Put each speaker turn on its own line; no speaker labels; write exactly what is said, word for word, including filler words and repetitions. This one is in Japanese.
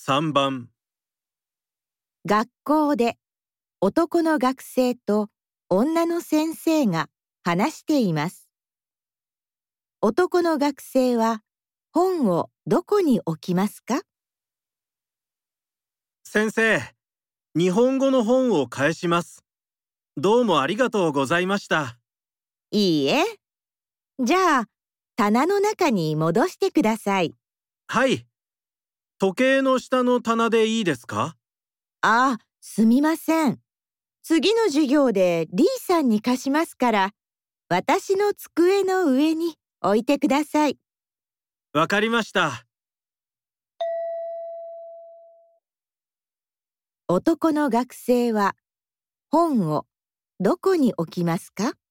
さんばん。
学校で男の学生と女の先生が話しています。男の学生は本をどこに置きますか？
先生、日本語の本を返します。どうもありがとうございました。
いいえ。じゃあ、棚の中に戻してください。
はい。時計の下の棚でいいですか？
ああ、すみません。次の授業で D さんに貸しますから、私の机の上に置いてください。
わかりました。
男の学生は本をどこに置きますか？